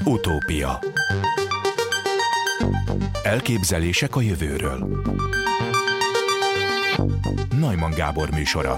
Utópia. Elképzelések a jövőről. Neumann Gábor műsora.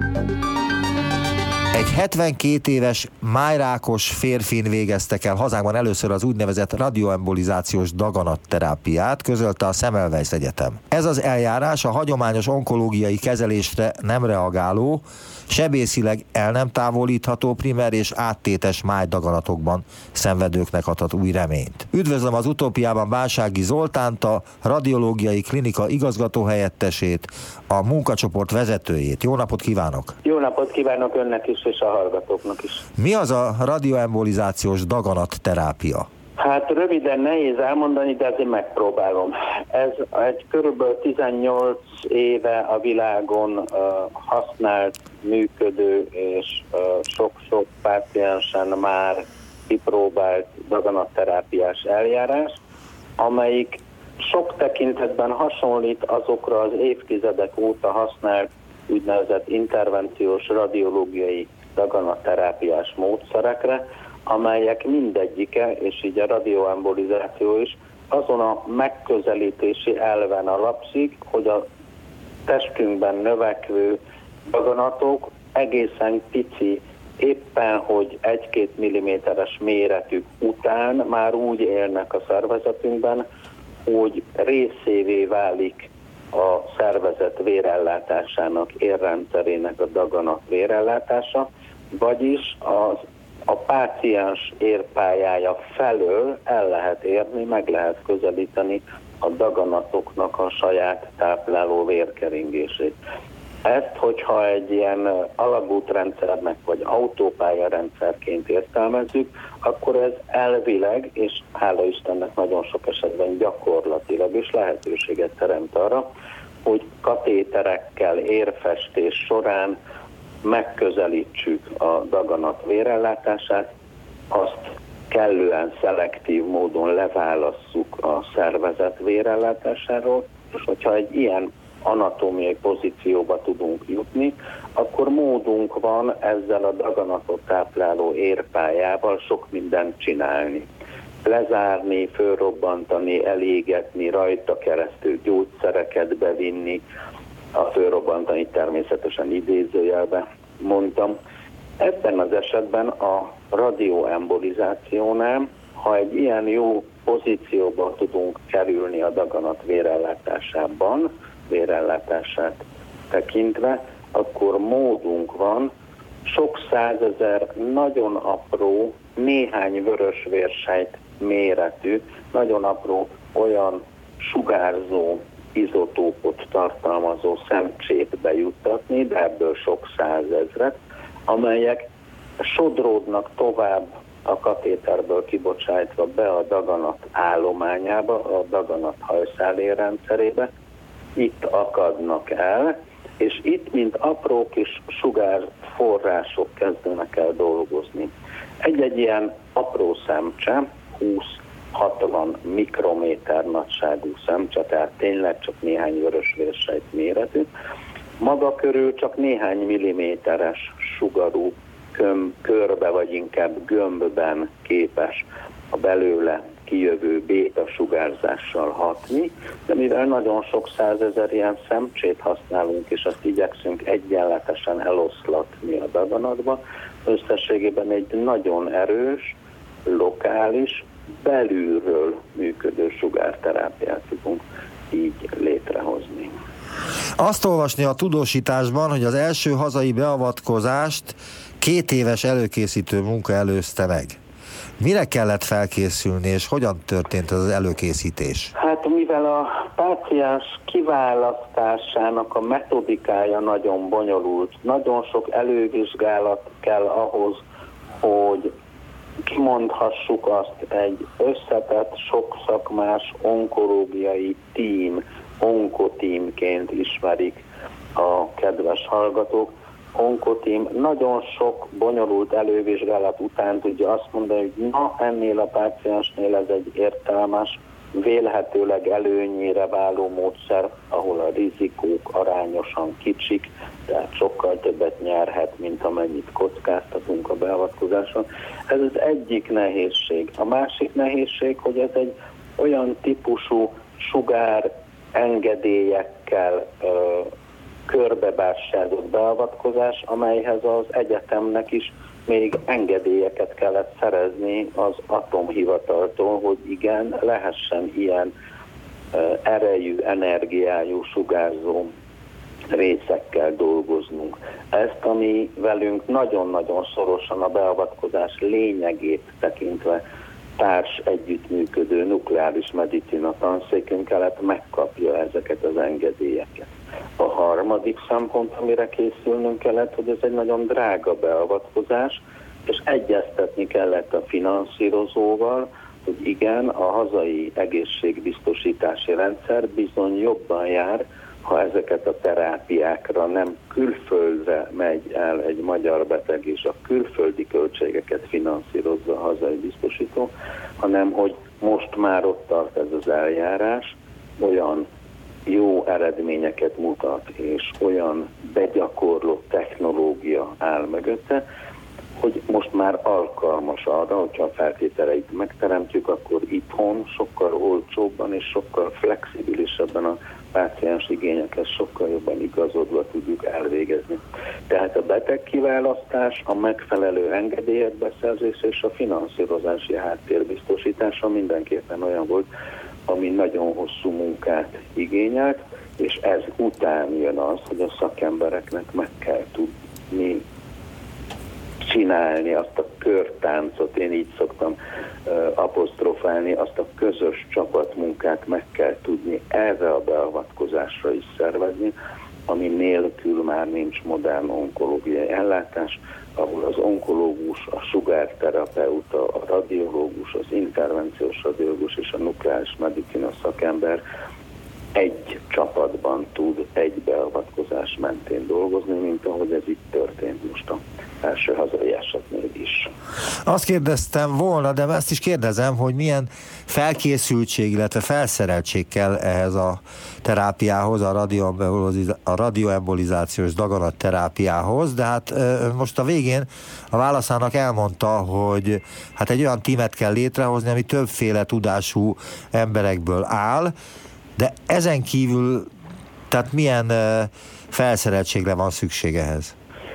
Egy 72 éves májrákos férfin végeztek el hazánkban először az úgynevezett radioembolizációs daganatterápiát, közölte a Semmelweis Egyetem. Ez az eljárás a hagyományos onkológiai kezelésre nem reagáló, sebészileg el nem távolítható primer és áttétes májdaganatokban szenvedőknek adhat új reményt. Üdvözlöm az Utópiában Bánsági Zoltánt, a radiológiai klinika igazgatóhelyettesét, a munkacsoport vezetőjét. Jó napot kívánok! Jó napot kívánok önnek is, és a hallgatóknak is. Mi az a radioembolizációs daganatterápia? Hát röviden nehéz elmondani, de azért megpróbálom. Ez egy körülbelül 18 éve a világon használt, működő és sok-sok páciensen már kipróbált daganatterápiás eljárás, amelyik sok tekintetben hasonlít azokra az évtizedek óta használt úgynevezett intervenciós radiológiai daganatterápiás módszerekre, amelyek mindegyike, és így a radioembolizáció is, azon a megközelítési elven alapszik, hogy a testünkben növekvő daganatok egészen pici, éppen hogy 1-2 milliméteres méretük után már úgy élnek a szervezetünkben, hogy részévé válik a szervezet vérellátásának, érrendszerének a daganat vérellátása, vagyis a páciens érpályája felől el lehet érni, meg lehet közelíteni a daganatoknak a saját tápláló vérkeringését. Ezt, hogyha egy ilyen alagútrendszernek vagy autópályarendszerként értelmezzük, akkor ez elvileg, és hála Istennek nagyon sok esetben gyakorlatilag is lehetőséget teremt arra, hogy katéterekkel érfestés során megközelítsük a daganat vérellátását, azt kellően szelektív módon leválasszuk a szervezet vérellátásáról, és hogyha egy ilyen anatómiai pozícióba tudunk jutni, akkor módunk van ezzel a daganatot tápláló érpályával sok mindent csinálni. Lezárni, fölrobbantani, elégetni, rajta keresztül gyógyszereket bevinni, a fölrobbantani természetesen idézőjelbe mondtam. Ebben az esetben a radioembolizációnál, ha egy ilyen jó pozícióba tudunk kerülni a daganat vérellátását tekintve, akkor módunk van sok százezer nagyon apró, néhány vörösvérsejt méretű, nagyon apró olyan sugárzó izotópot tartalmazó szemcsét bejuttatni, de ebből sok százezret, amelyek sodródnak tovább a katéterből kibocsájtva be a daganat állományába, a daganat hajszálérrendszerébe, itt akadnak el, és itt, mint apró kis sugárforrások kezdenek el dolgozni. Egy-egy ilyen apró szemcse, 20-60 mikrométer nagyságú szemcse, tehát tényleg csak néhány vörösvérsejt méretű, maga körül csak néhány milliméteres sugarú körbe, vagy inkább gömbben képes a belőle kijövő béta sugárzással hatni, de mivel nagyon sok százezer ilyen szemcsét használunk, és azt igyekszünk egyenletesen eloszlatni a daganatba, összességében egy nagyon erős, lokális, belülről működő sugárterápiát tudunk így létrehozni. Azt olvasni a tudósításban, hogy az első hazai beavatkozást 2 éves előkészítő munka előzte meg. Mire kellett felkészülni, és hogyan történt ez az előkészítés? Hát mivel a páciens kiválasztásának a metodikája nagyon bonyolult, nagyon sok elővizsgálat kell ahhoz, hogy kimondhassuk azt, egy összetett, sok szakmás onkológiai tím, onkotímként ismerik a kedves hallgatók. Onkotím nagyon sok bonyolult elővizsgálat után tudja azt mondani, hogy na, ennél a páciensnél ez egy értelmes, vélhetőleg előnyére váló módszer, ahol a rizikók arányosan kicsik, tehát sokkal többet nyerhet, mint amennyit kockáztatunk a beavatkozáson. Ez az egyik nehézség. A másik nehézség, hogy ez egy olyan típusú sugár engedélyekkel körbebássázott beavatkozás, amelyhez az egyetemnek is még engedélyeket kellett szerezni az atomhivataltól, hogy igen, lehessen ilyen erejű, energiájú, sugárzó részekkel dolgoznunk. Ezt, ami velünk nagyon-nagyon szorosan a beavatkozás lényegét tekintve társ együttműködő nukleáris medicina tanszékünk kellett megkapja ezeket az engedélyeket. A harmadik szempont, amire készülnünk kellett, hogy ez egy nagyon drága beavatkozás, és egyeztetni kellett a finanszírozóval, hogy igen, a hazai egészségbiztosítási rendszer bizony jobban jár, ha ezeket a terápiákra nem külföldre megy el egy magyar beteg, és a külföldi költségeket finanszírozza a hazai biztosító, hanem hogy most már ott tart ez az eljárás, olyan jó eredményeket mutat, és olyan begyakorlott technológia áll mögötte, hogy most már alkalmas arra, hogyha a feltételeit megteremtjük, akkor itthon sokkal olcsóbban és sokkal flexibilisebben a páciens igényekhez sokkal jobban igazodva tudjuk elvégezni. Tehát a betegkiválasztás, a megfelelő engedélyek beszerzése és a finanszírozási háttérbiztosítása mindenképpen olyan volt, ami nagyon hosszú munkát igényelt, és ez után jön az, hogy a szakembereknek meg kell tudni csinálni azt a körtáncot, én így szoktam apostrofálni, azt a közös csapatmunkát meg kell tudni erre a beavatkozásra is szervezni, ami nélkül már nincs modern onkológiai ellátás, ahol az onkológus, a sugárterapeuta, a radiológus, az intervenciós radiológus és a nukleáris medicina szakember egy csapatban tud egy beavatkozás mentén dolgozni, mint ahogy ez itt történt most a első hazai esetnél is. Azt kérdeztem volna, de ezt is kérdezem, hogy milyen felkészültség, illetve felszereltség kell ehhez a terápiához, a radioembolizációs daganatterápiához, de hát most a végén a válaszának elmondta, hogy hát egy olyan tímet kell létrehozni, ami többféle tudású emberekből áll, de ezen kívül, tehát milyen felszereltségre van szükség ehhez?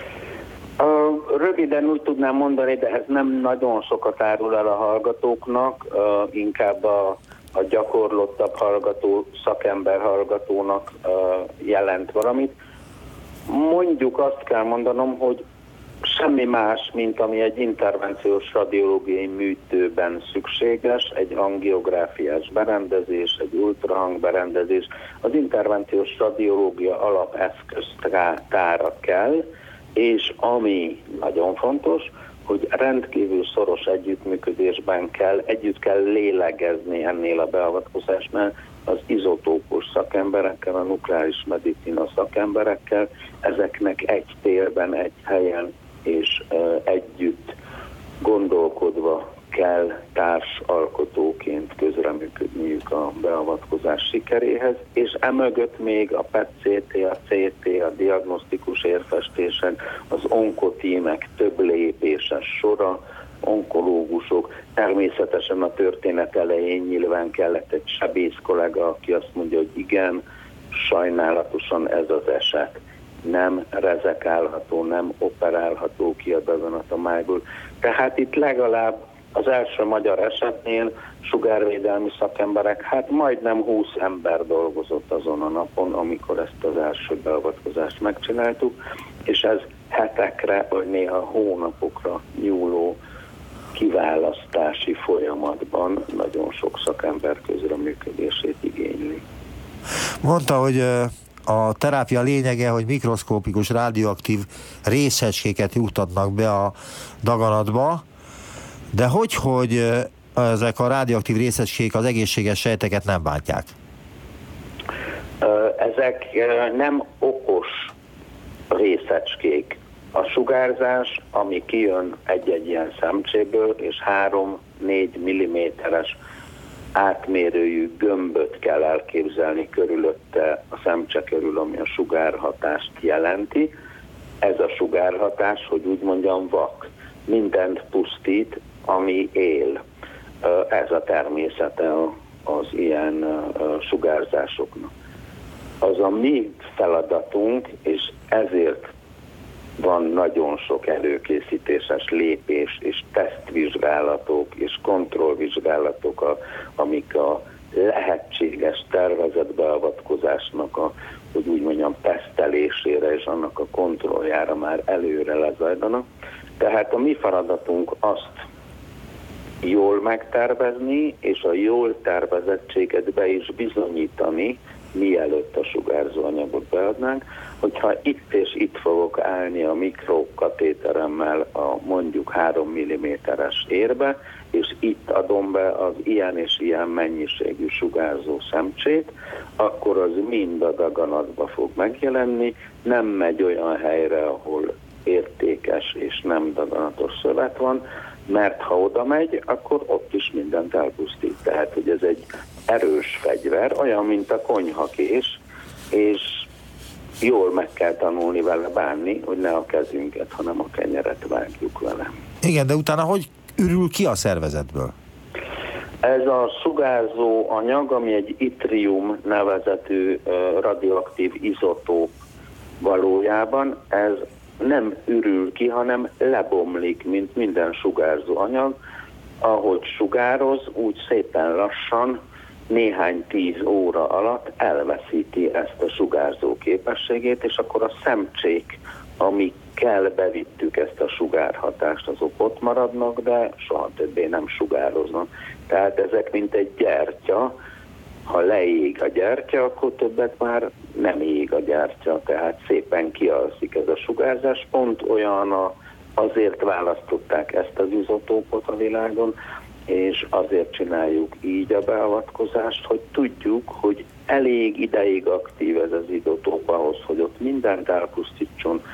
Röviden úgy tudnám mondani, de ez nem nagyon sokat árul el a hallgatóknak, inkább a gyakorlottabb hallgató, szakember hallgatónak jelent valamit. Mondjuk azt kell mondanom, hogy semmi más, mint ami egy intervenciós radiológiai műtőben szükséges, egy angiográfiás berendezés, egy ultrahangberendezés, az intervenciós radiológia alapeszköztára kell, és ami nagyon fontos, hogy rendkívül szoros együttműködésben együtt kell lélegezni ennél a beavatkozásnál az izotópos szakemberekkel, a nukleáris medicina szakemberekkel, ezeknek egy térben, egy helyen és együtt gondolkodva kell társalkotóként közreműködniük a beavatkozás sikeréhez, és emögött még a PET-CT, a CT, a diagnosztikus érfestésen, az onkotímek több lépéses sora, onkológusok, természetesen a történet elején nyilván kellett egy sebész kollega, aki azt mondja, hogy igen, sajnálatosan ez az eset nem rezekálható, nem operálható ki a daganat a májból. Tehát itt legalább az első magyar esetnél sugárvédelmi szakemberek, hát majdnem 20 ember dolgozott azon a napon, amikor ezt az első beavatkozást megcsináltuk, és ez hetekre, vagy néha hónapokra nyúló kiválasztási folyamatban nagyon sok szakember közreműködését igényli. Mondta, hogy a terápia lényege, hogy mikroszkópikus radioaktív részecskéket juttatnak be a daganatba, de hogy ezek a radioaktív részecskék az egészséges sejteket nem bántják? Ezek nem okos részecskék. A sugárzás, ami kijön egy-egy ilyen szemcséből, és 3-4 milliméteres átmérőjű gömböt kell elképzelni körülötte a szemcse körül, ami a sugárhatást jelenti. Ez a sugárhatás, hogy úgy mondjam, vak. Mindent pusztít, ami él. Ez a természete az ilyen sugárzásoknak. Az a mi feladatunk, és ezért van nagyon sok előkészítéses lépés, és tesztvizsgálatok, és kontrollvizsgálatok, amik a lehetséges tervezetbeavatkozásnak hogy úgy mondjam, tesztelésére és annak a kontrolljára már előre lezajlanak. Tehát a mi feladatunk azt jól megtervezni, és a jól tervezettséget be is bizonyítani, mielőtt a sugárzóanyagot beadnánk, hogyha itt és itt fogok állni a mikrokatéteremmel a mondjuk 3 mm-es érbe, és itt adom be az ilyen és ilyen mennyiségű sugárzó szemcsét, akkor az mind a daganatba fog megjelenni, nem megy olyan helyre, ahol értékes és nem daganatos szövet van, mert ha oda megy, akkor ott is mindent elpusztít. Tehát, hogy ez egy erős fegyver, olyan, mint a konyhakés, és jól meg kell tanulni vele bánni, hogy ne a kezünket, hanem a kenyeret vágjuk vele. Igen, de utána hogy ürül ki a szervezetből? Ez a sugárzó anyag, ami egy itrium nevezetű radioaktív izotóp valójában, ez nem ürül ki, hanem lebomlik, mint minden sugárzó anyag. Ahogy sugároz, úgy szépen lassan, néhány 10 óra alatt elveszíti ezt a sugárzó képességét, és akkor a szemcsék, amikkel bevittük ezt a sugárhatást, azok ott maradnak, de soha többé nem sugároznak. Tehát ezek mint egy gyertya, ha leég a gyertya, akkor többet már nem ég a gyertya, tehát szépen kialszik ez a sugárzás. Pont olyan azért választották ezt az izotópot a világon, és azért csináljuk így a beavatkozást, hogy tudjuk, hogy elég ideig aktív ez az izotóp ahhoz, hogy ott mindent elpusztítson,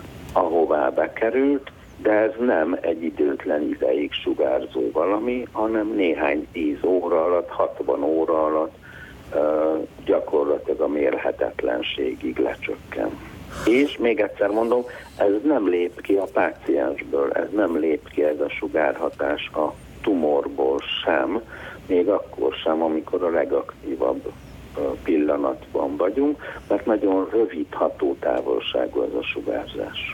ahová bekerült, de ez nem egy időtlen ideig sugárzó valami, hanem néhány 10 óra alatt, 60 óra alatt gyakorlatilag a mérhetetlenségig lecsökken. És még egyszer mondom, ez nem lép ki a páciensből, ez nem lép ki ez a sugárhatás a tumorból sem, még akkor sem, amikor a legaktívabb pillanatban vagyunk, mert nagyon rövid hatótávolságú ez a sugárzás.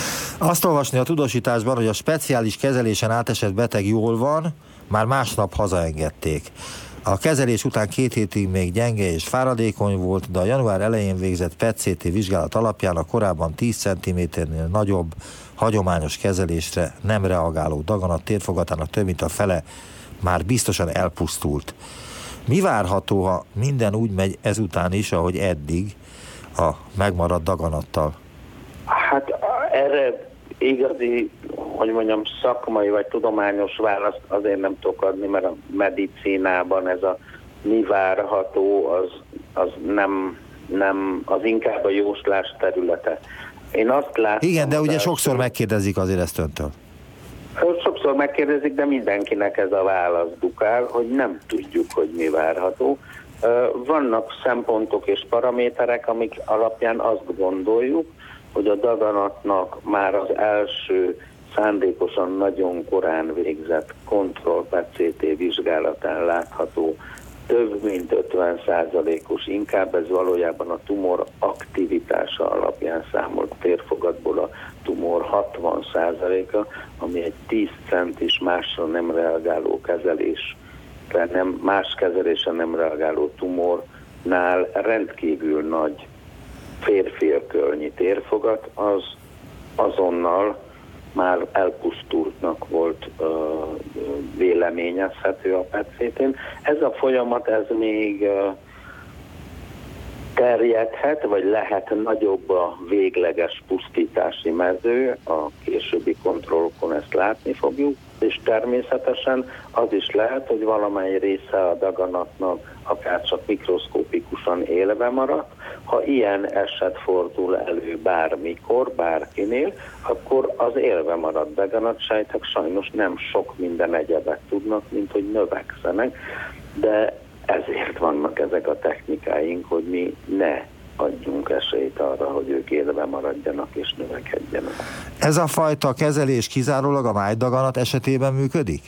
Azt olvasni a tudósításban, hogy a speciális kezelésen átesett beteg jól van, már másnap hazaengedték. A kezelés után 2 hétig még gyenge és fáradékony volt, de a január elején végzett PET-CT vizsgálat alapján a korábban 10 cm-nél nagyobb, hagyományos kezelésre nem reagáló daganat térfogatának több mint a fele már biztosan elpusztult. Mi várható, ha minden úgy megy ezután is, ahogy eddig, a megmaradt daganattal? Hát erre igazi, hogy mondjam, szakmai vagy tudományos választ azért nem tudok adni, mert a medicinában ez a mi várható, az nem, az inkább a jóslás területe. Én azt látom... Igen, de ugye sokszor megkérdezik azért ezt öntől. Sokszor megkérdezik, de mindenkinek ez a válasz dukál, hogy nem tudjuk, hogy mi várható. Vannak szempontok és paraméterek, amik alapján azt gondoljuk, hogy a daganatnak már az első szándékosan nagyon korán végzett kontroll PET-CT vizsgálatán látható több mint 50%-os, inkább ez valójában a tumor aktivitása alapján számolt térfogatból a tumor 60%-a, ami egy 10 centis másra nem reagáló kezelésre, más kezelésre nem reagáló tumornál rendkívül nagy férfélkölnyi térfogat, az azonnal már elpusztultnak volt véleményezhető a PET-CT-n. Ez a folyamat, ez még terjedhet, vagy lehet nagyobb a végleges pusztítási mező, a későbbi kontrollokon ezt látni fogjuk, és természetesen az is lehet, hogy valamely része a daganatnak akár csak mikroszkópikusan élve maradt. Ha ilyen eset fordul elő bármikor, bárkinél, akkor az élve maradt daganatsejtek sajnos nem sok minden egyebet tudnak, mint hogy növekszenek, de ezért vannak ezek a technikáink, hogy mi ne adjunk esélyt arra, hogy ők élve maradjanak és növekedjenek. Ez a fajta kezelés kizárólag a májdaganat esetében működik?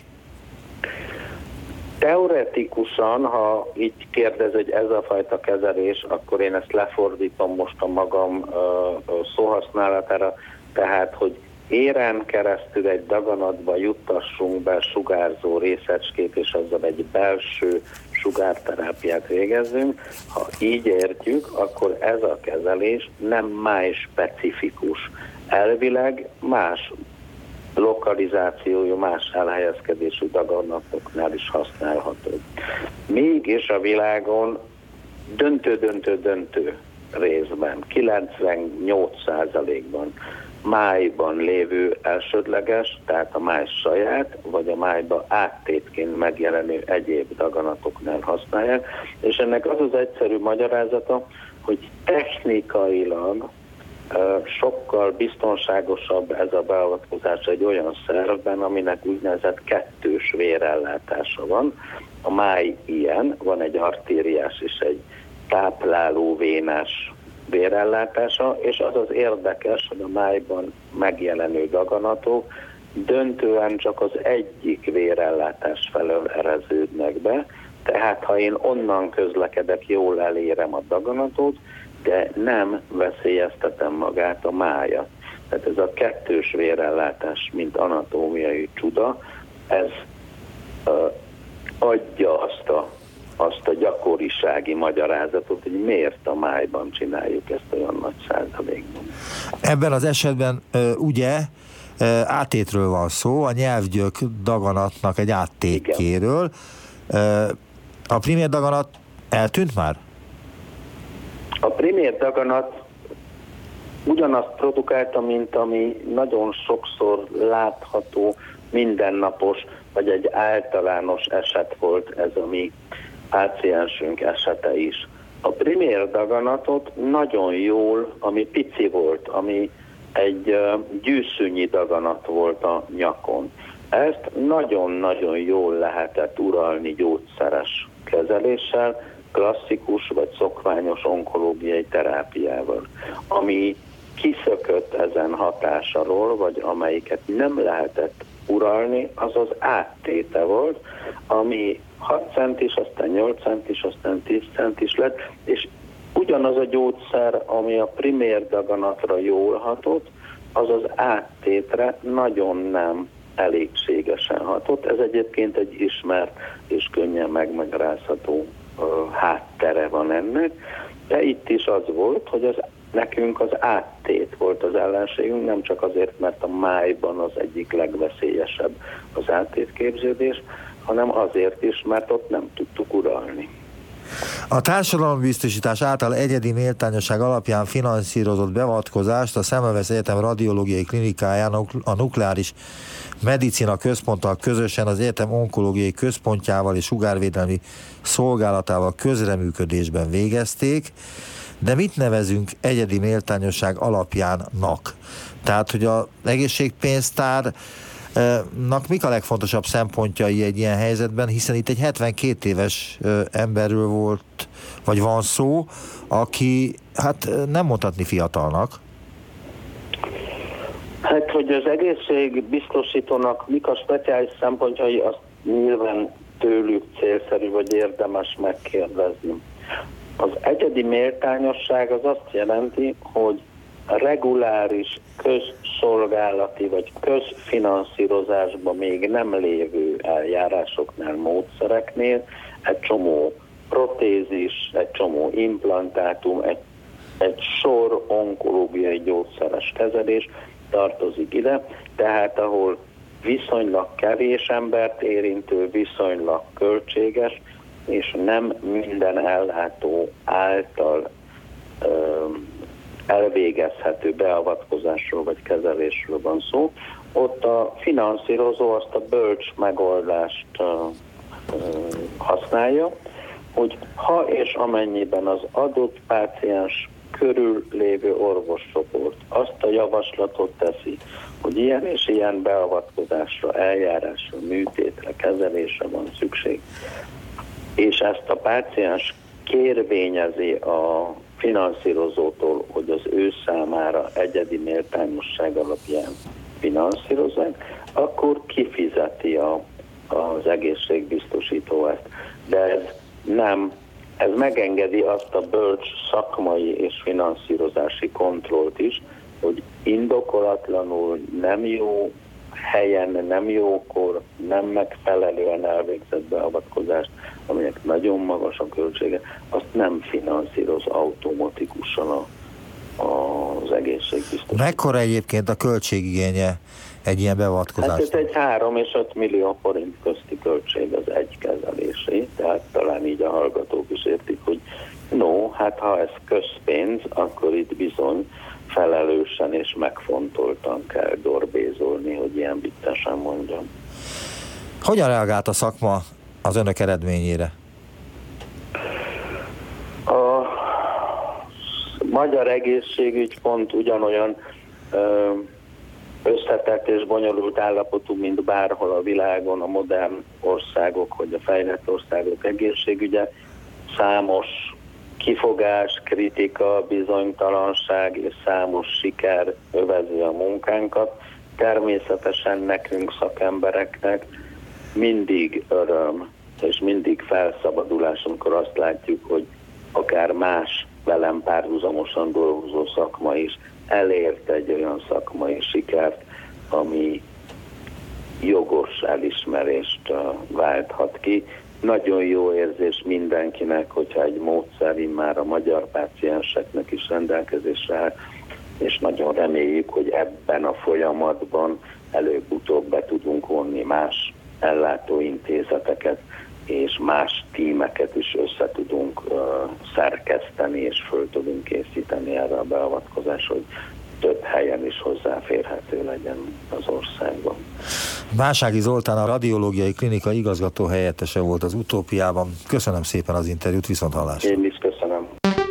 Teoretikusan, ha így kérdez, hogy ez a fajta kezelés, akkor én ezt lefordítom most a magam szóhasználatára, tehát, hogy éren keresztül egy daganatba juttassunk be sugárzó részecskét, és azzal egy belső sugárterápiát végezzünk. Ha így értjük, akkor ez a kezelés nem májspecifikus. Elvileg más lokalizációjú, más elhelyezkedésű daganatoknál is használható. Mégis a világon döntő részben, 98%-ban májban lévő elsődleges, tehát a máj saját, vagy a májba áttétként megjelenő egyéb daganatoknál használják, és ennek az az egyszerű magyarázata, hogy technikailag sokkal biztonságosabb ez a beavatkozás egy olyan szervben, aminek úgynevezett kettős vérellátása van. A máj ilyen, van egy artériás és egy tápláló vénás vérellátása, és az az érdekes, hogy a májban megjelenő daganatok döntően csak az egyik vérellátás felől ereződnek be, tehát ha én onnan közlekedek, jól elérem a daganatot, de nem veszélyeztetem magát a májat. Tehát ez a kettős vérellátás, mint anatómiai csuda, ez adja azt a gyakorisági magyarázatot, hogy miért a májban csináljuk ezt olyan nagy százalékban. Ebben az esetben ugye áttétről van szó, a nyelvgyök daganatnak egy áttétjéről. A primér daganat eltűnt már? A primér daganat ugyanazt produkálta, mint ami nagyon sokszor látható, mindennapos, vagy egy általános eset volt ez a mi páciensünk esete is. A primér daganatot nagyon jól, ami pici volt, ami egy gyűszűnyi daganat volt a nyakon. Ezt nagyon-nagyon jól lehetett uralni gyógyszeres kezeléssel, klasszikus vagy szokványos onkológiai terápiával. Ami kiszökött ezen hatás alól, vagy amelyiket nem lehetett uralni, az az áttéte volt, ami 6 centis, aztán 8 centis, aztán 10 centis lett, és ugyanaz a gyógyszer, ami a primér daganatra jól hatott, az az áttétre nagyon nem elégségesen hatott. Ez egyébként egy ismert és könnyen megmagyarázható háttere van ennek, de itt is az volt, hogy nekünk az áttét volt az ellenségünk, nem csak azért, mert a májban az egyik legveszélyesebb az áttétképződés, hanem azért is, mert ott nem tudtuk uralni. A társadalombiztosítás által egyedi méltányosság alapján finanszírozott beavatkozást a Semmelweis Egyetem radiológiai klinikáján a nukleáris medicina központtal közösen az egyetem onkológiai központjával és sugárvédelmi szolgálatával közreműködésben végezték, de mit nevezünk egyedi méltányosság alapjánnak? Tehát, hogy az egészségpénztárnak mik a legfontosabb szempontjai egy ilyen helyzetben, hiszen itt egy 72 éves emberről volt, vagy van szó, aki hát nem mondhatni fiatalnak. Hát, hogy az egészségbiztosítónak mik a speciális szempontjai, azt nyilván tőlük célszerű, vagy érdemes megkérdezni. Az egyedi méltányosság az azt jelenti, hogy reguláris közszolgálati vagy közfinanszírozásban még nem lévő eljárásoknál, módszereknél egy csomó protézis, egy csomó implantátum, egy sor onkológiai gyógyszeres kezelés tartozik ide, tehát ahol viszonylag kevés embert érintő, viszonylag költséges, és nem minden ellátó által elvégezhető beavatkozásról vagy kezelésről van szó. Ott a finanszírozó azt a bölcs megoldást használja, hogy ha és amennyiben az adott páciens körül lévő orvoscsoport azt a javaslatot teszi, hogy ilyen és ilyen beavatkozásra, eljárásra, műtétre, kezelésre van szükség, és ezt a páciens kérvényezi a finanszírozótól, hogy az ő számára egyedi méltányosság alapján finanszírozzák, akkor kifizeti az egészségbiztosító ezt. De ez megengedi azt a bölcs szakmai és finanszírozási kontrollt is, hogy indokolatlanul, nem jó helyen, nem jókor, nem megfelelően elvégzett beavatkozást, aminek nagyon magas a költsége, azt nem finanszíroz automatikusan az egészségbiztosító. Mekkora egyébként a költségigénye egy ilyen beavatkozásnak? Hát ez egy 3 és 5 millió forint közti költség az egy kezelésé, tehát talán így a hallgatók is értik, hogy hát ha ez közpénz, akkor itt bizony felelősen és megfontoltan kell dorbézolni, hogy ilyen viccesen mondjam. Hogyan reagált a szakma az önök eredményére? A magyar egészségügy pont ugyanolyan összetett és bonyolult állapotú, mint bárhol a világon a modern országok, vagy a fejlett országok egészségügye. Számos kifogás, kritika, bizonytalanság és számos siker övezi a munkánkat. Természetesen nekünk szakembereknek mindig öröm és mindig felszabadulás, amikor azt látjuk, hogy akár más velem párhuzamosan dolgozó szakma is elért egy olyan szakmai sikert, ami jogos elismerést válthat ki. Nagyon jó érzés mindenkinek, hogyha egy módszer már a magyar pácienseknek is rendelkezésre áll, és nagyon reméljük, hogy ebben a folyamatban előbb-utóbb be tudunk vonni más ellátóintézeteket, és más tímeket is össze tudunk szerkeszteni, és föl tudunk készíteni erre a beavatkozásra, hogy több helyen is hozzáférhető legyen az országban. Másági Zoltán a radiológiai klinika igazgató helyettese volt az Utópiában. Köszönöm szépen az interjút, viszonthallásra. Én is köszönöm.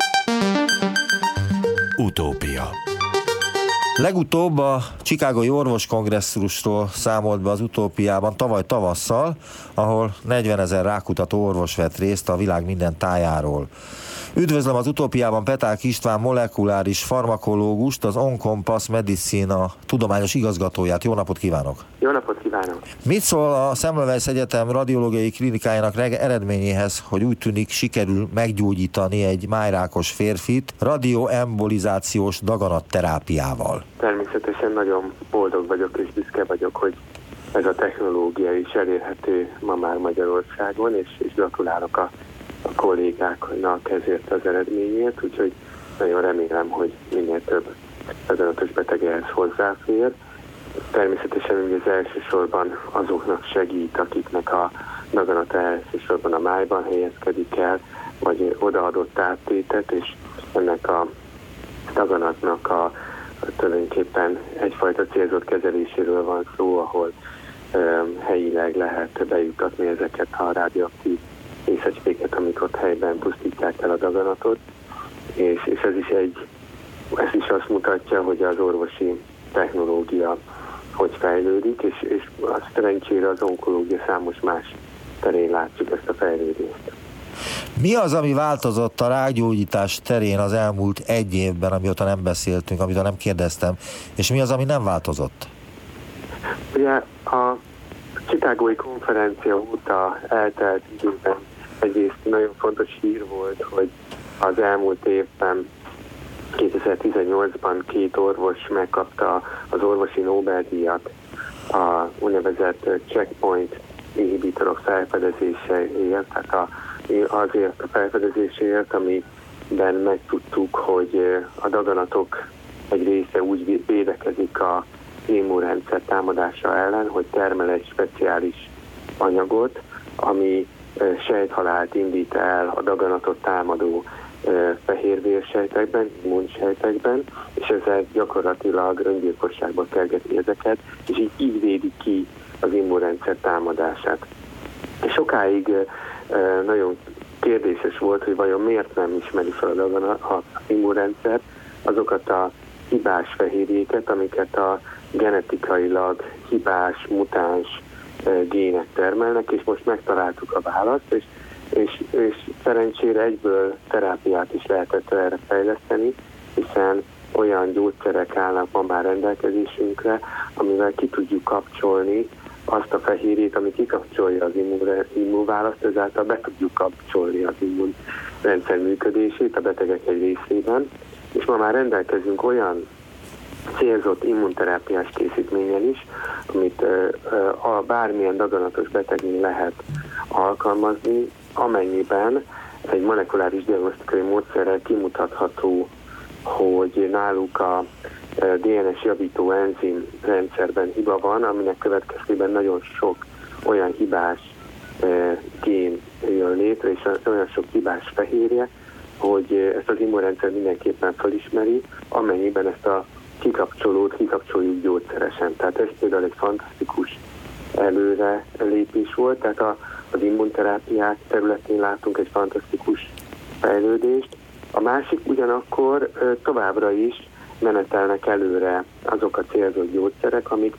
Utópia. Legutóbb a Chicagói Orvoskongresszusról számolt be az Utópiában tavaly tavasszal, ahol 40 000 rákutató orvos vett részt a világ minden tájáról. Üdvözlöm az Utópiában Peták István molekuláris farmakológust, az OnCompass Medicine tudományos igazgatóját. Jó napot kívánok! Jó napot kívánok! Mit szól a Semmelweis Egyetem radiológiai klinikájának eredményéhez, hogy úgy tűnik sikerül meggyógyítani egy májrákos férfit radioembolizációs daganatterápiával? Természetesen nagyon boldog vagyok és büszke vagyok, hogy ez a technológia is elérhető ma már Magyarországon, és gratulálok a kollégáknak ezért az eredményért, úgyhogy nagyon remélem, hogy minél több daganatos beteg ehhez hozzáfér. Természetesen ez elsősorban azoknak segít, akiknek a daganata elsősorban a májban helyezkedik el, vagy odaadott áttétet, és ennek a daganatnak a tulajdonképpen egyfajta célzott kezeléséről van szó, ahol helyileg lehet bejutatni ezeket a radioaktív részecskéket, amik ott helyben pusztítják el a daganatot, és ez is azt mutatja, hogy az orvosi technológia hogy fejlődik, és azt szerencsére az onkológia számos más terén látjuk ezt a fejlődést. Mi az, ami változott a rákgyógyítás terén az elmúlt egy évben, amióta nem beszéltünk, amit nem kérdeztem, és mi az, ami nem változott? Ugye a Chicagói konferencia óta eltelt időben egyrészt nagyon fontos hír volt, hogy az elmúlt évben, 2018-ban 2 orvos megkapta az orvosi Nobel-díjat a úgynevezett checkpoint inhibitorok felfedezéséért, tehát azért a felfedezéséért, amiben megtudtuk, hogy a daganatok egy része úgy védekezik az immunrendszer támadása ellen, hogy termel egy speciális anyagot, ami sejthalált indít el a daganatot támadó fehérvérsejtekben, immunsejtekben, és ezzel gyakorlatilag öngyilkosságba kergeti ezeket, és így védi ki az immunrendszer támadását. És sokáig nagyon kérdéses volt, hogy vajon miért nem ismeri fel az immunrendszer azokat a hibás fehérjéket, amiket a genetikailag hibás, mutáns gének termelnek, és most megtaláltuk a választ, és és szerencsére egyből terápiát is lehetett erre fejleszteni, hiszen olyan gyógyszerek állnak ma már rendelkezésünkre, amivel ki tudjuk kapcsolni azt a fehérjét, ami kikapcsolja az immunválaszt, ezáltal be tudjuk kapcsolni az immunrendszer működését a betegek egy részében, és ma már rendelkezünk olyan célzott immunterápiás készítménnyel is, amit a bármilyen daganatos betegnél lehet alkalmazni, amennyiben egy molekuláris diagnosztikai módszerrel kimutatható, hogy náluk a DNS javító enzim rendszerben hiba van, aminek következtében nagyon sok olyan hibás gén jön létre, és olyan sok hibás fehérje, hogy ezt az immunrendszer mindenképpen felismeri, amennyiben ezt a kikapcsolót kikapcsoljuk gyógyszeresen. Tehát ez például egy fantasztikus előre lépés volt, tehát az immunterápiák területén látunk egy fantasztikus fejlődést. A másik ugyanakkor továbbra is menetelnek előre azok a célzott gyógyszerek, amik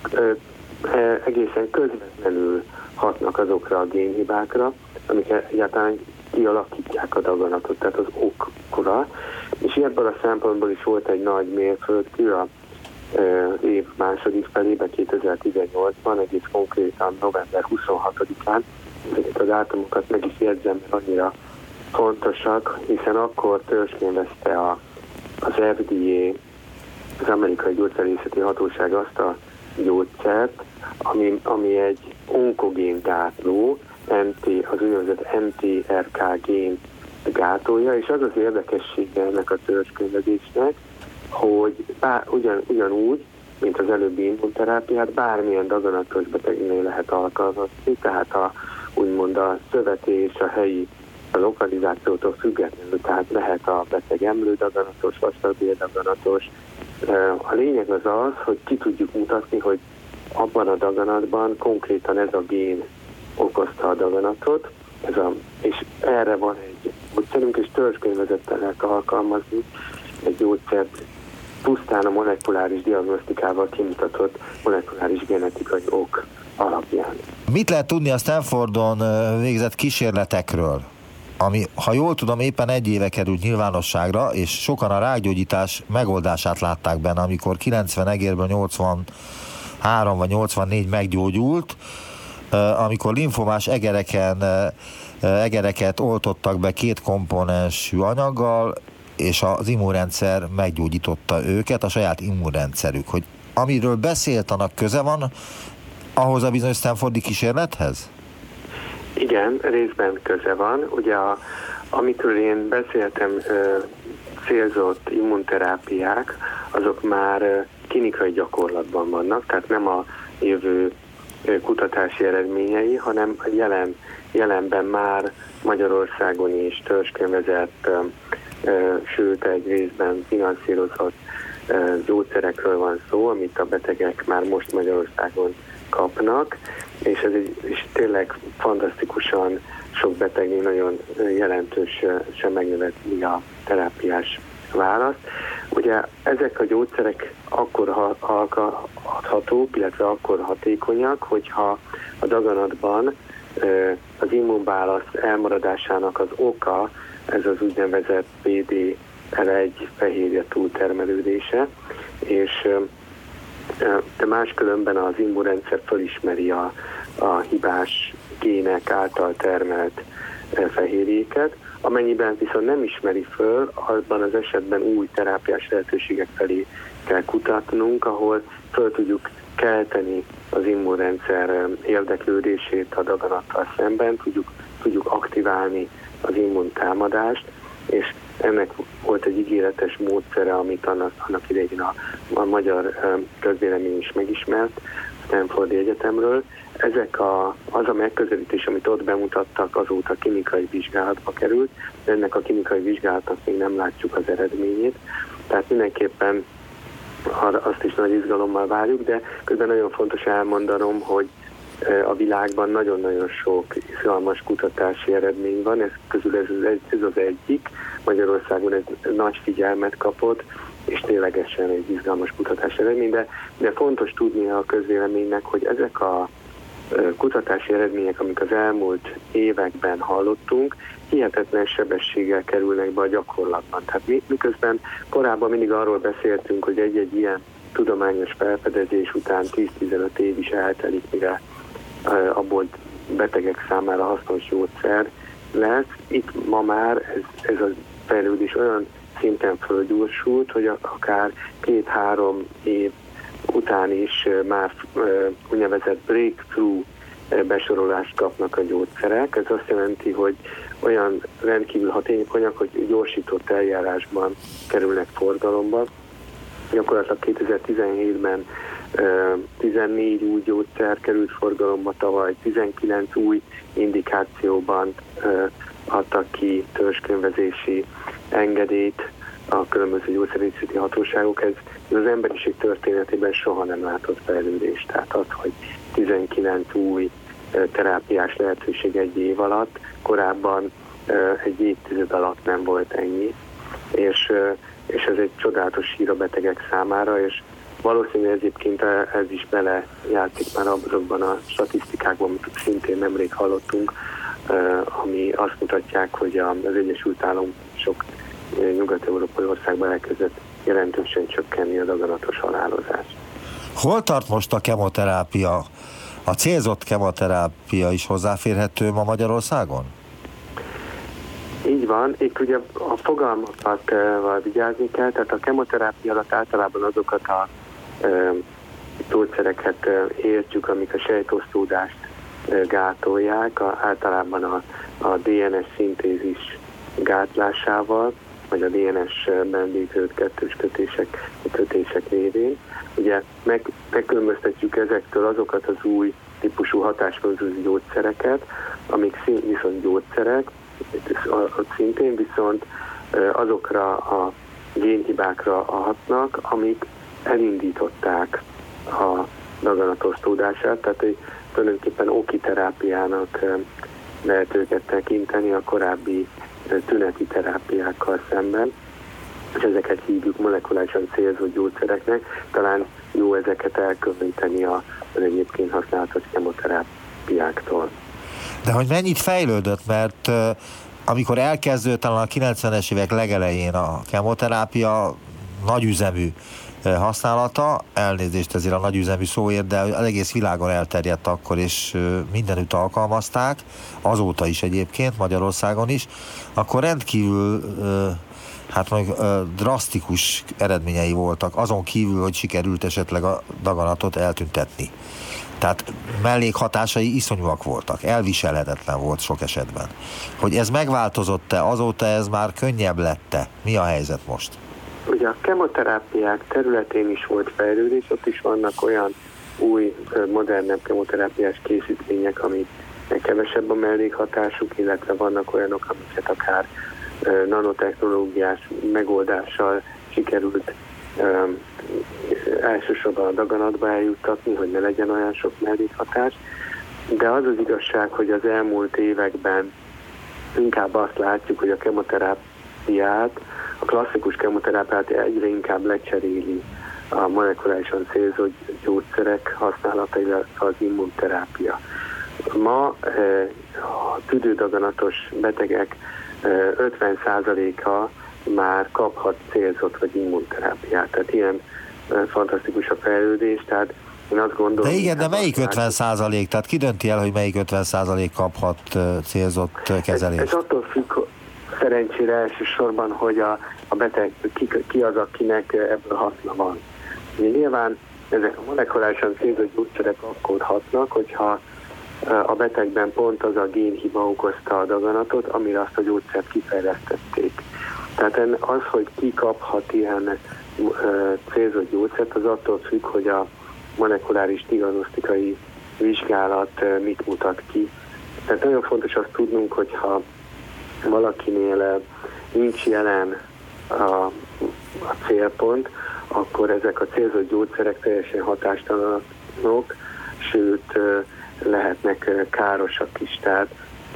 egészen közvetlenül hatnak azokra a génhibákra, amik egyáltalán kialakítják a daganatot, tehát az okkora. És ebből a szempontból is volt egy nagy mérföldkő az év második felébe, 2018-ban, egész konkrétan november 26-án. Ezeket a dátumokat meg is jegyzem, mert annyira fontosak, hiszen akkor törzskönyvezte az FDA, az Amerikai Gyógyszerészeti Hatóság azt a gyógyszert, ami egy onkogén gátló, az úgynevezett NTRK gén gátolja, és az az érdekessége ennek a törzskönyvezésnek, hogy ugyanúgy, mint az előbbi immunterápiát, bármilyen daganatos betegnél lehet alkalmazni, tehát úgymond a szövetés, a helyi a lokalizációtól függetlenül, tehát lehet a beteg emlődaganatos, vastagbéldaganatos. A lényeg az az, hogy ki tudjuk mutatni, hogy abban a daganatban konkrétan ez a gén okozta a daganatot, és erre van egy gyógyszerünk, és törzskönyvezetten lehet alkalmazni egy gyógyszert pusztán a molekuláris diagnosztikával kimutatott molekuláris genetikai ok alapján. Mit lehet tudni a Stanfordon végzett kísérletekről, ami, ha jól tudom, éppen 1 éve került nyilvánosságra, és sokan a rákgyógyítás megoldását látták benne, amikor 90 egérből 83 vagy 84 meggyógyult, amikor limfomás egereket oltottak be 2 komponensű anyaggal, és az immunrendszer meggyógyította őket, a saját immunrendszerük. Hogy amiről beszélt, annak köze van ahhoz a bizonyos Stanfordi kísérlethez? Igen, részben köze van. Ugye amitől én beszéltem, célzott immunterápiák, azok már klinikai gyakorlatban vannak, tehát nem a jövő kutatási eredményei, hanem jelenben már Magyarországon is törzskönyvezett, sőt egy részben finanszírozott gyógyszerekről van szó, amit a betegek már most Magyarországon kapnak, és ez és tényleg fantasztikusan sok betegnél nagyon jelentősen megnöveli a terápiás választ. Ugye ezek a gyógyszerek akkor adhatók, illetve akkor hatékonyak, hogyha a daganatban az immunválasz elmaradásának az oka, ez az úgynevezett PD-L1 fehérje túltermelődése, és de máskülönben az immunrendszer felismeri a hibás gének által termelt fehérjéket, amennyiben viszont nem ismeri föl, abban az esetben új terápiás lehetőségek felé kell kutatnunk, ahol föl tudjuk kelteni az immunrendszer érdeklődését a daganattal szemben, tudjuk aktiválni az immuntámadást, és ennek volt egy ígéretes módszere, amit annak idején a magyar közvélemény is megismert Stanfordi Egyetemről. Az a megközelítés, amit ott bemutattak, azóta klinikai vizsgálatba került, de ennek a klinikai vizsgálatnak még nem látjuk az eredményét. Tehát mindenképpen azt is nagy izgalommal várjuk, de közben nagyon fontos elmondanom, hogy a világban nagyon-nagyon sok izgalmas kutatási eredmény van, ez közül ez az egyik. Magyarországon ez nagy figyelmet kapott, és ténylegesen egy izgalmas kutatási eredmény, de fontos tudnia a közvéleménynek, hogy ezek a kutatási eredmények, amik az elmúlt években hallottunk, hihetetlen sebességgel kerülnek be a gyakorlatban. Tehát miközben korábban mindig arról beszéltünk, hogy egy-egy ilyen tudományos felfedezés után 10-15 év is eltelik, mire abból betegek számára hasznos gyógyszer lesz. Itt ma már ez a fejlődés olyan szinten fölgyorsult, hogy akár 2-3 év után is már úgynevezett breakthrough besorolást kapnak a gyógyszerek. Ez azt jelenti, hogy olyan rendkívül hatékonyak, hogy gyorsított eljárásban kerülnek forgalomba. Gyakorlatilag 2017-ben 14 új gyógyszer került forgalomba, tavaly 19 új indikációban adtak ki törzskönyvezési engedélyt a különböző gyógyszerészeti hatóságok. Ez az emberiség történetében soha nem látott fejlődés. Tehát az, hogy 19 új terápiás lehetőség egy év alatt, korábban egy évtized alatt nem volt ennyi. És ez egy csodálatos hír a betegek számára, és valószínűleg egyébként ez is belejátszik már azokban a statisztikákban, amit szintén nemrég hallottunk, ami azt mutatják, hogy az Egyesült Államok sok nyugat-európai országban elkezdett jelentősen csökkenni a daganatos halálozás. Hol tart most a kemoterápia? A célzott kemoterápia is hozzáférhető ma Magyarországon? Így van, itt ugye a fogalmakat vigyázni kell, tehát a kemoterápia alatt általában azokat a gyógyszereket értjük, amik a sejtosztódást gátolják, általában a DNS szintézis gátlásával, vagy a DNS-ben létrejött kettős kötések révén. Ugye megkülönböztetjük ezektől azokat az új típusú hatásmódú gyógyszereket, amik viszont gyógyszerek, szintén viszont azokra a génhibákra hatnak, amik elindították a daganatosztódását, tehát tulajdonképpen okiterápiának lehet őket tekinteni a korábbi tüneti terápiákkal szemben, és ezeket hívjuk molekulárisan célzott gyógyszereknek. Talán jó ezeket elkülöníteni az egyébként használatos kemoterápiáktól. De hogy mennyit fejlődött, mert amikor elkezdődött talán a 90-es évek legelején a kemoterápia nagyüzemű használata, elnézést ezért a nagyüzemű szóért, de az egész világon elterjedt akkor, és mindenütt alkalmazták, azóta is egyébként, Magyarországon is, akkor rendkívül drasztikus eredményei voltak, azon kívül, hogy sikerült esetleg a daganatot eltüntetni. Tehát mellékhatásai iszonyúak voltak, elviselhetetlen volt sok esetben. Hogy ez megváltozott-e, azóta ez már könnyebb lett-e? Mi a helyzet most? Ugye a kemoterápiák területén is volt fejlődés, ott is vannak olyan új, modernebb kemoterápiás készítmények, amiknek kevesebb a mellékhatásuk, illetve vannak olyanok, amiket akár nanotechnológiás megoldással sikerült elsősorban a daganatba eljuttatni, hogy ne legyen olyan sok mellékhatás. De az az igazság, hogy az elmúlt években inkább azt látjuk, hogy a kemoterápiát, a klasszikus kemoterápiát egyre inkább lecseréli a molekulárisan célzott gyógyszerek használata, illetve az immunterápia. Ma a tüdődaganatos betegek 50%-a már kaphat célzott vagy immunterápiát. Tehát ilyen fantasztikus a fejlődés, tehát én azt gondolom... De igen, de melyik 50%? Tehát ki dönti el, hogy melyik 50% kaphat célzott kezelést? Ez attól függ, szerencsére elsősorban, hogy a beteg ki az, akinek ebből haszna van. Nyilván ezek a molekulárisan célzott gyógyszerek akkor hatnak, hogyha a betegben pont az a génhiba okozta a daganatot, amire azt a gyógyszert kifejlesztették. Tehát az, hogy ki kaphat ilyen célzott gyógyszert, az attól függ, hogy a molekuláris diagnosztikai vizsgálat mit mutat ki. Tehát nagyon fontos azt tudnunk, hogyha valakinél nincs jelen a célpont, akkor ezek a célzott gyógyszerek teljesen hatástalanok, sőt lehetnek károsak is. Tehát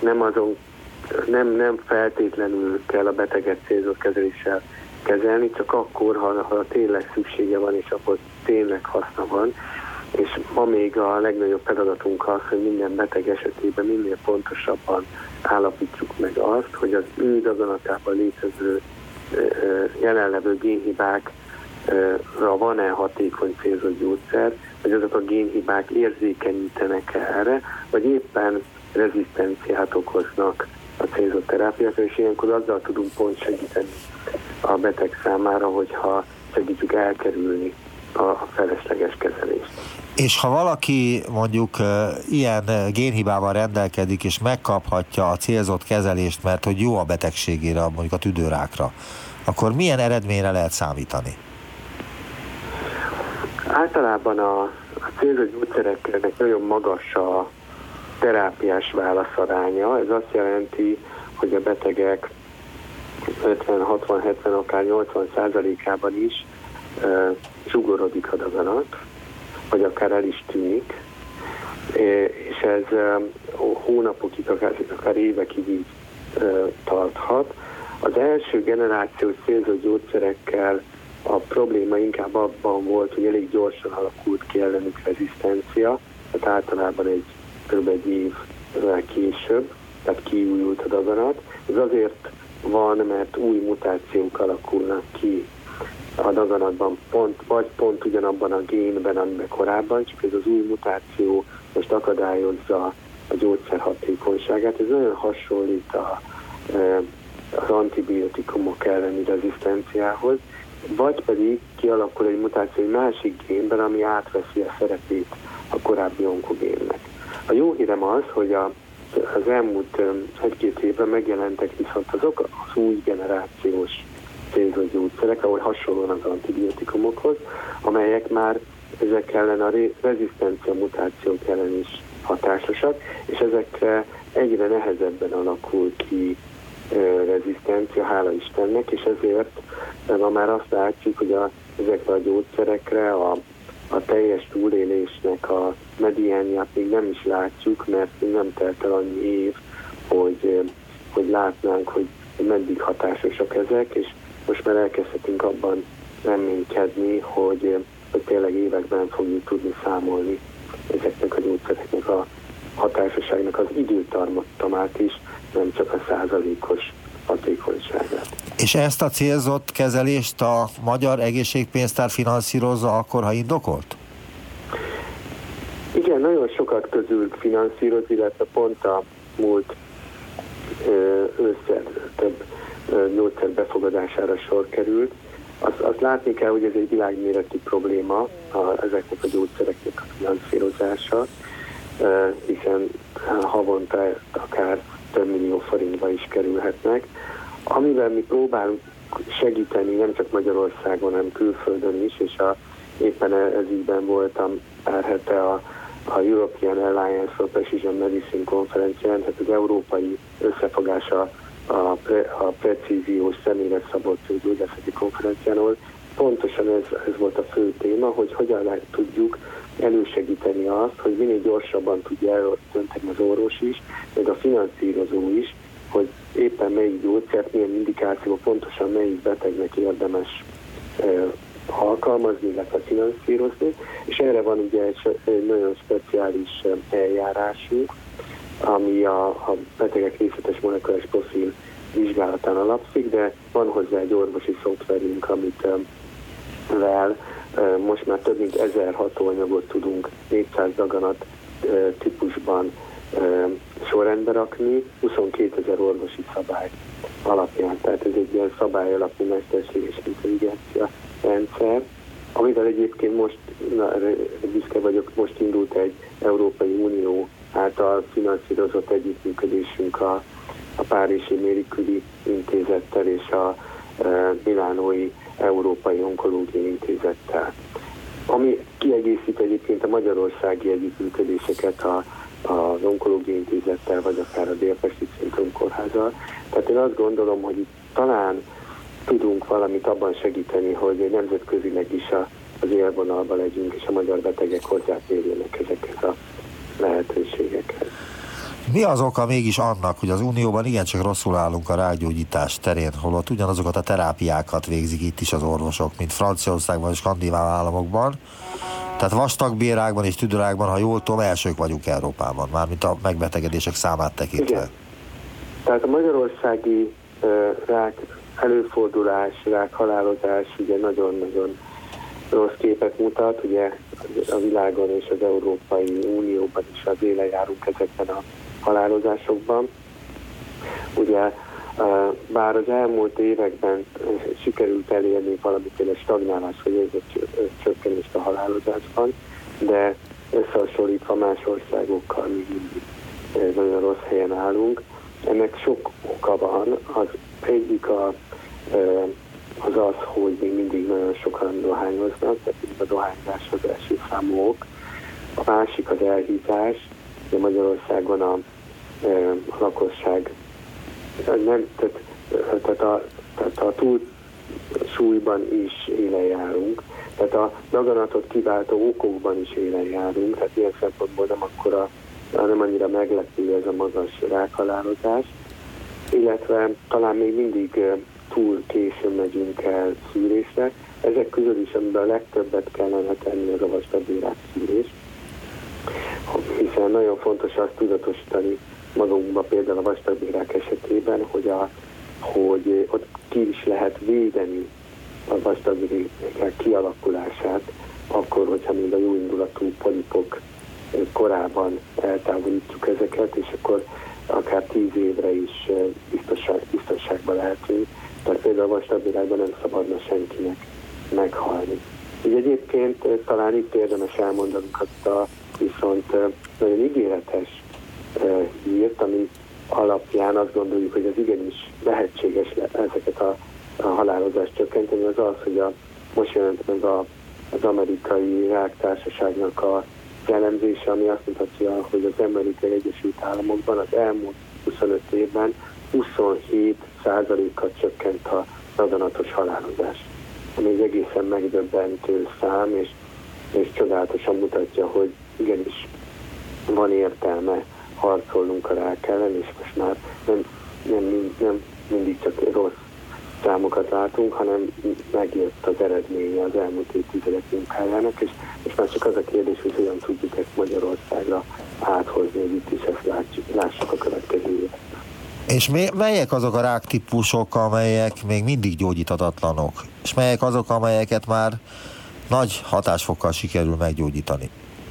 nem feltétlenül kell a beteget célzott kezeléssel kezelni, csak akkor, ha tényleg szüksége van, és akkor tényleg haszna van. És ma még a legnagyobb feladatunk az, hogy minden beteg esetében minél pontosabban állapítsuk meg azt, hogy az ő daganatában létező jelenlevő génhibákra van-e hatékony célzott gyógyszer, vagy azok a génhibák érzékenyítenek erre, vagy éppen rezisztenciát okoznak a célzott terápiákra, és ilyenkor azzal tudunk pont segíteni a beteg számára, hogyha segítjük elkerülni a felesleges kezelést. És ha valaki mondjuk ilyen génhibával rendelkezik, és megkaphatja a célzott kezelést, mert hogy jó a betegségére, mondjuk a tüdőrákra, akkor milyen eredményre lehet számítani? Általában a célzott gyógyszereknek nagyon magas a terápiás válaszaránya. Ez azt jelenti, hogy a betegek 50-60-70, akár 80%-ában is zsugorodik a daganat, vagy akár el is tűnik, és ez hónapokig, akár évekig így tarthat. Az első generációs célzott gyógyszerekkel a probléma inkább abban volt, hogy elég gyorsan alakult ki ellenük rezisztencia, tehát általában kb. egy évvel később, tehát kiújult a daganat. Ez azért van, mert új mutációk alakulnak ki a daganatban, vagy pont ugyanabban a génben, amiben korábban, csak ez az új mutáció most akadályozza a gyógyszer hatékonyságát. Ez nagyon hasonlít az antibiotikumok elleni rezisztenciához, vagy pedig kialakul egy mutáció egy másik génben, ami átveszi a szerepét a korábbi onkogénnek. A jó hírem az, hogy az elmúlt 1-2 évben megjelentek viszont azok az új generációs célzott gyógyszerek, ahol hasonlóan az antibiotikumokhoz, amelyek már ezek ellen a rezisztencia mutációk ellen is hatásosak, és ezekre egyre nehezebben alakul ki rezisztencia, hála Istennek, és ezért ma már azt látjuk, hogy ezekre a gyógyszerekre a teljes túlélésnek a mediánját még nem is látjuk, mert nem telt el annyi év, hogy látnánk, hogy meddig hatásosak ezek, és most már elkezdhetünk abban reménykedni, hogy tényleg években fogjuk tudni számolni ezeknek a gyógyszereknek a hatásosságnak az időtartamát is, nem csak a százalékos hatékonyságát. És ezt a célzott kezelést a Magyar Egészségpénztár finanszírozza akkor, ha indokolt? Igen, nagyon sokat közülük finanszíroz, illetve pont a múlt ősszel több gyógyszer befogadására sor került. Azt látni kell, hogy ez egy világméretű probléma ezeknek a gyógyszereknek a finanszírozása, hiszen havonta akár több millió forintba is kerülhetnek. Amivel mi próbálunk segíteni nem csak Magyarországon, hanem külföldön is, és éppen ez ígyben voltam pár hete a European Alliance for Precision Medicine konferencián, tehát az európai összefogása a precíziós személyre szabott gyógyászati konferencián, ahol pontosan ez volt a fő téma, hogy hogyan tudjuk elősegíteni azt, hogy minél gyorsabban tudja eldönteni az orvos is, meg a finanszírozó is, hogy éppen melyik gyógyszert, milyen indikáció, pontosan melyik betegnek érdemes alkalmazni, illetve finanszírozni, és erre van ugye egy nagyon speciális eljárásunk, ami a betegek részletes molekuláris profil vizsgálatán alapszik, de van hozzá egy orvosi szoftverünk, amivel most már több mint 1000 hatóanyagot tudunk 400 daganat típusban sorrendbe rakni, 22 000 orvosi szabály alapján. Tehát ez egy ilyen szabály alapú mesterséges intelligencia rendszer, amivel egyébként most, büszke vagyok, most indult egy Európai Unió által finanszírozott együttműködésünk a Párizsi Marie Curie intézettel és a Milánói Európai Onkológiai Intézettel. Ami kiegészít egyébként a magyarországi együttműködéseket az Onkológiai Intézettel, vagy akár a Délpesti Centrum Kórházzal. Tehát én azt gondolom, hogy itt talán tudunk valamit abban segíteni, hogy nemzetközileg is az élvonalban legyünk, és a magyar betegek hozzáférjenek ezekhez a lehetőségekhez. Mi az oka mégis annak, hogy az Unióban igencsak rosszul állunk a rákgyógyítás terén, holott ugyanazokat a terápiákat végzik itt is az orvosok, mint Franciaországban és Skandináv államokban. Tehát vastagbérákban és tüdőrákban, ha jól tudom, elsők vagyunk Európában, mármint a megbetegedések számát tekintve. Igen. Tehát a magyarországi rák előfordulás, rák halálozás ugye nagyon-nagyon rossz képet mutat, ugye a világon és az Európai Unióban is az élen járunk ezekben a halálozásokban. Ugye bár az elmúlt években sikerült elérni valamiféle stagnálás vagy csökkenést a halálozásban, de összehasonlítva más országokkal még mindig nagyon rossz helyen állunk. Ennek sok oka van. Az egyik az, hogy még mindig nagyon sokan dohányoznak, tehát a dohányzás az első számú ok. A másik az elhízás, de Magyarországon a lakosság tehát a túlsúlyban is élen járunk, tehát a daganatot kiváltó okokban is élen járunk, tehát ilyen szempontból nem annyira meglepő ez a magas rákhalálozás, illetve talán még mindig túl későn megyünk el szűrésre. Ezek közül is, amiben a legtöbbet kellene tenni, az a vastagbélrák szűrés, hiszen nagyon fontos azt tudatosítani magunkba például a vastagbélrák esetében, hogy ott ki is lehet védeni a vastagbélrák kialakulását, akkor, hogyha még a jóindulatú polipok korában eltávolítjuk ezeket, és akkor akár 10 évre is biztonságban lehetünk. Tehát például a vastagbélrákban nem szabadna senkinek meghalni. Így egyébként talán itt érdemes elmondanunk azt a viszont nagyon ígéretes hírt, ami alapján azt gondoljuk, hogy az igenis lehetséges ezeket a halálozást csökkenteni, az az, hogy most jelent meg az amerikai ráktársaságnak a elemzése, ami azt mutatja, hogy az Amerikai Egyesült Államokban az elmúlt 25 évben 27%-kal csökkent a daganatos halálozás. Ami egy egészen megdöbbentő szám, és csodálatosan mutatja, hogy igenis van értelme harcolnunk a rák ellen, és most már nem mindig csak rossz számokat látunk, hanem megjött az eredménye az elmúlt évtizedek munkájának, és már csak az a kérdés, hogy hogyan tudjuk ezt Magyarországra áthozni, hogy itt is ezt lássuk a következő években. És melyek azok a ráktípusok, amelyek még mindig gyógyíthatatlanok? És melyek azok, amelyeket már nagy hatásfokkal sikerül meggyógyítani?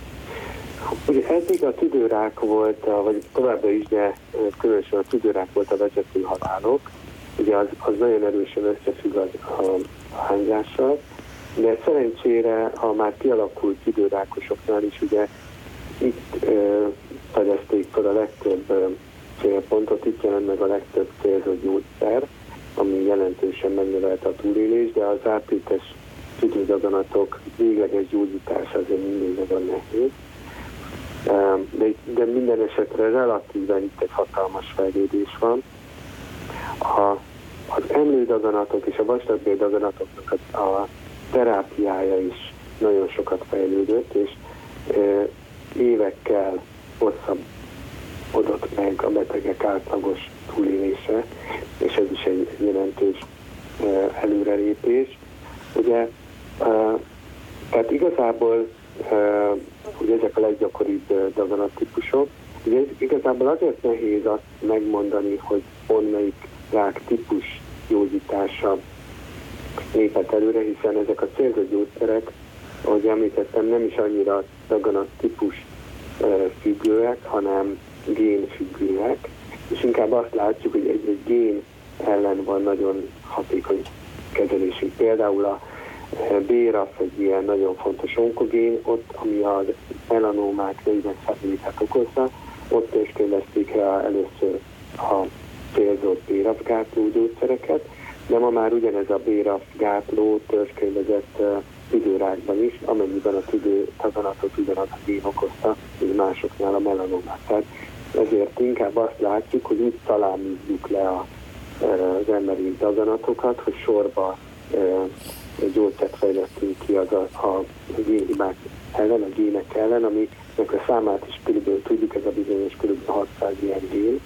Ugye eddig a tüdőrák volt, vagy továbbra is, de különösen a tüdőrák volt a vezető halálok. Ugye az nagyon erősen összefügg a hányzással, de szerencsére a már kialakult tüdőrákosoknál is ugye itt fedezték fel a legtöbb célpontot, itt jelent meg a legtöbb célzott gyógyszer, ami jelentősen megnövelte a túlélést, de az áttétes tüdődaganatok végleges gyógyítása azért mindig nagyon nehéz. De minden esetre relatíven itt egy hatalmas fejlődés van. Az emlődaganatok és a vastagbéldaganatoknak a terápiája is nagyon sokat fejlődött, és évekkel hosszabbodott meg a betegek átlagos túlélése, és ez is egy jelentős előrelépés. Ugye, tehát igazából ugye ezek a leggyakoribb daganattípusok. Ugye igazából azért nehéz azt megmondani, hogy melyik rák típus gyógyítása lépett előre, hiszen ezek a célzott gyógyszerek, ahogy említettem, nem is annyira daganattípus függőek, hanem génfüggőek, és inkább azt látjuk, hogy egy gén ellen van nagyon hatékony kezelésünk. Például a BRAF egy ilyen nagyon fontos onkogén, ott, ami a melanómák 40%-át okozza, ott törzskönyvezték rá először a célzott BRAF gátló gyógyszereket, de ma már ugyanez a BRAF gátló törzskönyvezett tüdőrákban is, amennyiben a tüdődaganatot ugyanaz a gén okozta, mint másoknál a melanómát. Tehát ezért inkább azt látjuk, hogy úgy találjuk le az emberi daganatokat, hogy sorba gyógyszert fejlesztünk ki a génhibák ellen, a gének ellen, aminek a számát is körülbelül tudjuk, ez a bizonyos kb. 600 ilyen gén,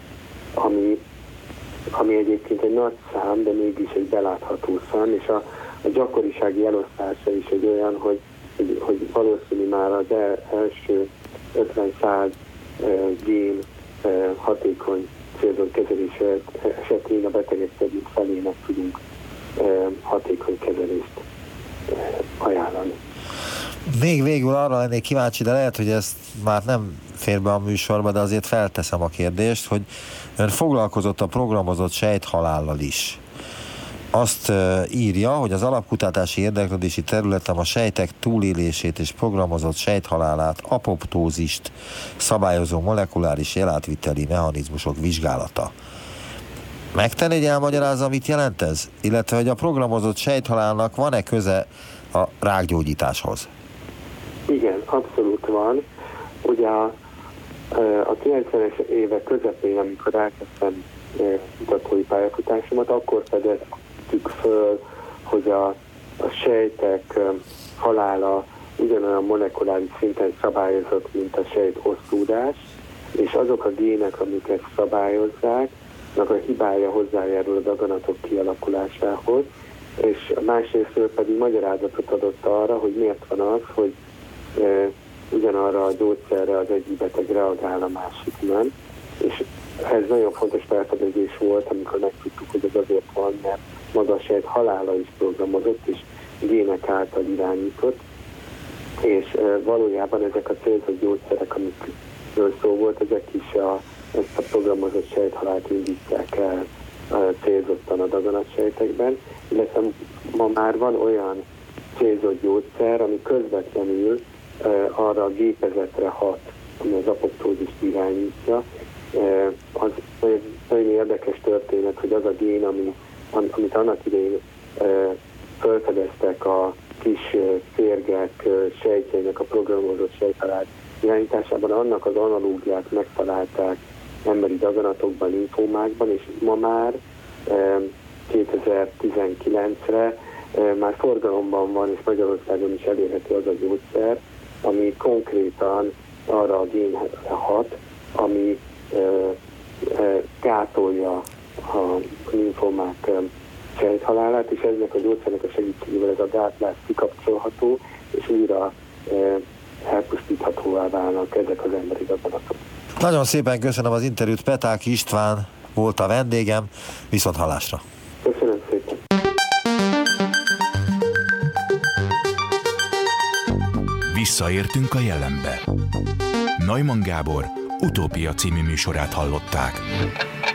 ami egyébként egy nagy szám, de mégis egy belátható szám, és a gyakorisági elosztása is egy olyan, hogy hogy valószínű már az első 50-100 gén hatékony célzott kezelés esetén a betegek több mint felének tudunk hatékony kezelést ajánlani. Még végül arra lennék kíváncsi, de lehet, hogy ezt már nem fér be a műsorba, de azért felteszem a kérdést, hogy ön foglalkozott a programozott sejthalállal is. Azt írja, hogy az alapkutatási érdeklődési területem a sejtek túlélését és programozott sejthalálát, apoptózist szabályozó molekuláris jelátviteli mechanizmusok vizsgálata. Megtenni, hogy elmagyarázza, mit jelent ez? Illetve, hogy a programozott sejthalálnak van-e köze a rákgyógyításhoz? Igen, abszolút van. Ugye a 90-es évek közepén, amikor elkezdtem kutatói pályafutásomat, akkor fedeztük föl, hogy a sejtek halála ugyanolyan molekuláris szinten szabályozott, mint a sejt osztódás, és azok a gének, amik ezt szabályozzák, a hibája hozzájárul a daganatok kialakulásához, és másrésztről pedig magyarázatot adott arra, hogy miért van az, hogy ugyanarra a gyógyszerre az egyik beteg reagál, a másik nem. És ez nagyon fontos felfedezés volt, amikor megtudtuk, hogy ez azért van, mert maga a sejt halála is programozott, és gének által irányított, és valójában ezek a célzott gyógyszerek, amikről szó volt, ezek is ezt a programozott sejthalált indítják el célzottan a daganatsejtekben, illetve ma már van olyan célzott gyógyszer, ami közvetlenül arra a gépezetre hat, ami az apoptózist irányítja. Az nagyon érdekes történet, hogy az a gén, amit annak idején felfedeztek a kis férgek sejtjeinek a programozott sejthalált irányításában, annak az analógiát megtalálták emberi daganatokban, linfómákban, és ma már 2019-re már forgalomban van, és Magyarországon is elérhető az a gyógyszer, ami konkrétan arra a génre hat, ami gátolja a linfómák sejthalálát, és ennek a gyógyszernek a segítségével ez a gátlás kikapcsolható, és újra elpusztíthatóvá válnak ezek az emberi daganatok. Nagyon szépen köszönöm az interjút, Petáky István volt a vendégem, viszont hallásra. Köszönöm szépen. Visszaértünk a jelenbe. Neumann Gábor Utópia című műsorát hallották.